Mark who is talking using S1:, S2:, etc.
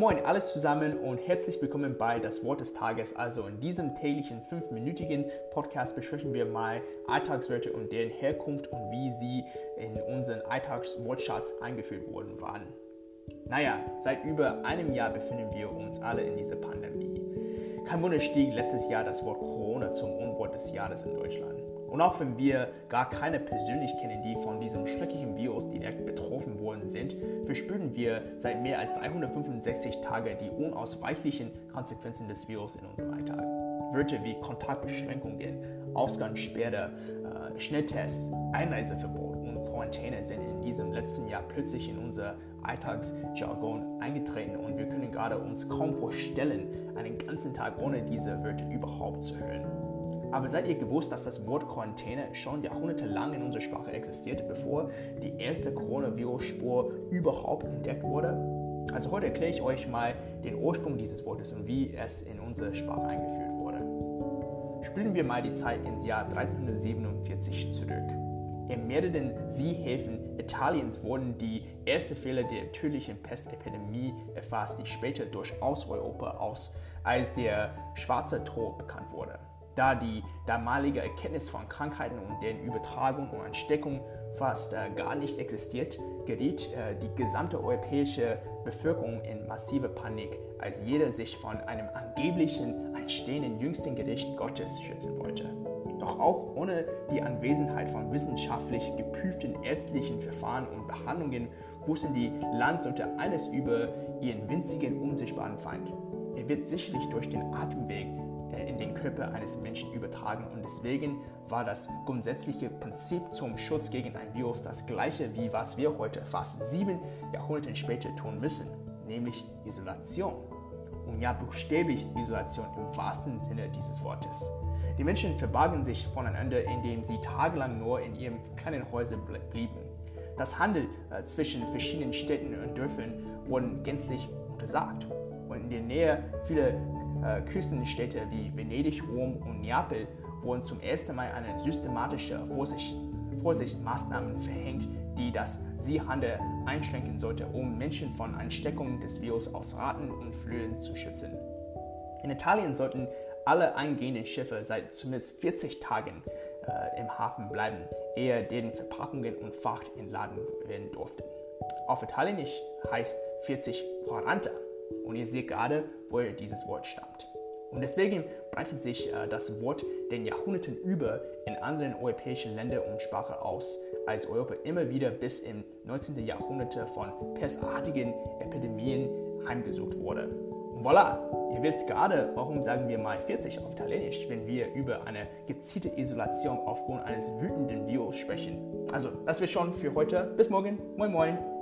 S1: Moin alles zusammen und herzlich willkommen bei Das Wort des Tages. Also in diesem täglichen 5-minütigen Podcast besprechen wir mal Alltagswörter und deren Herkunft und wie sie in unseren Alltagswortschatz eingeführt worden waren. Naja, seit über einem Jahr befinden wir uns alle in dieser Pandemie. Kein Wunder stieg letztes Jahr das Wort Corona zum Unwort des Jahres in Deutschland. Und auch wenn wir gar keine persönlich kennen, die von diesem schrecklichen Virus direkt betroffen worden sind, verspüren wir seit mehr als 365 Tagen die unausweichlichen Konsequenzen des Virus in unserem Alltag. Wörter wie Kontaktbeschränkungen, Ausgangssperre, Schnelltests, Einreiseverbot und Quarantäne sind in diesem letzten Jahr plötzlich in unser Alltagsjargon eingetreten und wir können gerade uns kaum vorstellen, einen ganzen Tag ohne diese Wörter überhaupt zu hören. Aber seid ihr gewusst, dass das Wort Quarantäne schon jahrhundertelang in unserer Sprache existierte, bevor die erste Coronavirus-Spur überhaupt entdeckt wurde? Also heute erkläre ich euch mal den Ursprung dieses Wortes und wie es in unsere Sprache eingeführt wurde. Spielen wir mal die Zeit ins Jahr 1347 zurück. In mehreren Seehäfen Italiens wurden die ersten Fälle der tödlichen Pestepidemie erfasst, die später durchaus Europa als der Schwarze Tod bekannt wurde. Da die damalige Erkenntnis von Krankheiten und deren Übertragung und Ansteckung fast gar nicht existiert, geriet die gesamte europäische Bevölkerung in massive Panik, als jeder sich von einem angeblichen anstehenden jüngsten Gericht Gottes schützen wollte. Doch auch ohne die Anwesenheit von wissenschaftlich geprüften ärztlichen Verfahren und Behandlungen wussten die Landsleute eines über ihren winzigen, unsichtbaren Feind. Er wird sicherlich durch den Atemweg in den Körper eines Menschen übertragen und deswegen war das grundsätzliche Prinzip zum Schutz gegen ein Virus das gleiche wie was wir heute fast 7 Jahrhunderte später tun müssen, nämlich Isolation. Und ja, buchstäblich Isolation im wahrsten Sinne dieses Wortes. Die Menschen verbargen sich voneinander, indem sie tagelang nur in ihrem kleinen Häuser blieben. Das Handel zwischen verschiedenen Städten und Dörfern wurden gänzlich untersagt. Und in der Nähe vieler Küstenstädte wie Venedig, Rom und Neapel wurden zum ersten Mal eine systematische Vorsichtsmaßnahmen verhängt, die das Seehandel einschränken sollte, um Menschen von Ansteckung des Virus aus Ratten und Flöhen zu schützen. In Italien sollten alle eingehenden Schiffe seit zumindest 40 Tagen im Hafen bleiben, ehe deren Verpackungen und Fracht entladen werden durften. Auf Italienisch heißt 40 40. Und ihr seht gerade, woher dieses Wort stammt. Und deswegen breitet sich das Wort den Jahrhunderten über in anderen europäischen Ländern und Sprachen aus, als Europa immer wieder bis im 19. Jahrhundert von pestartigen Epidemien heimgesucht wurde. Und voilà, ihr wisst gerade, warum sagen wir mal 40 auf Italienisch, wenn wir über eine gezielte Isolation aufgrund eines wütenden Virus sprechen. Also, das wäre schon für heute. Bis morgen. Moin moin.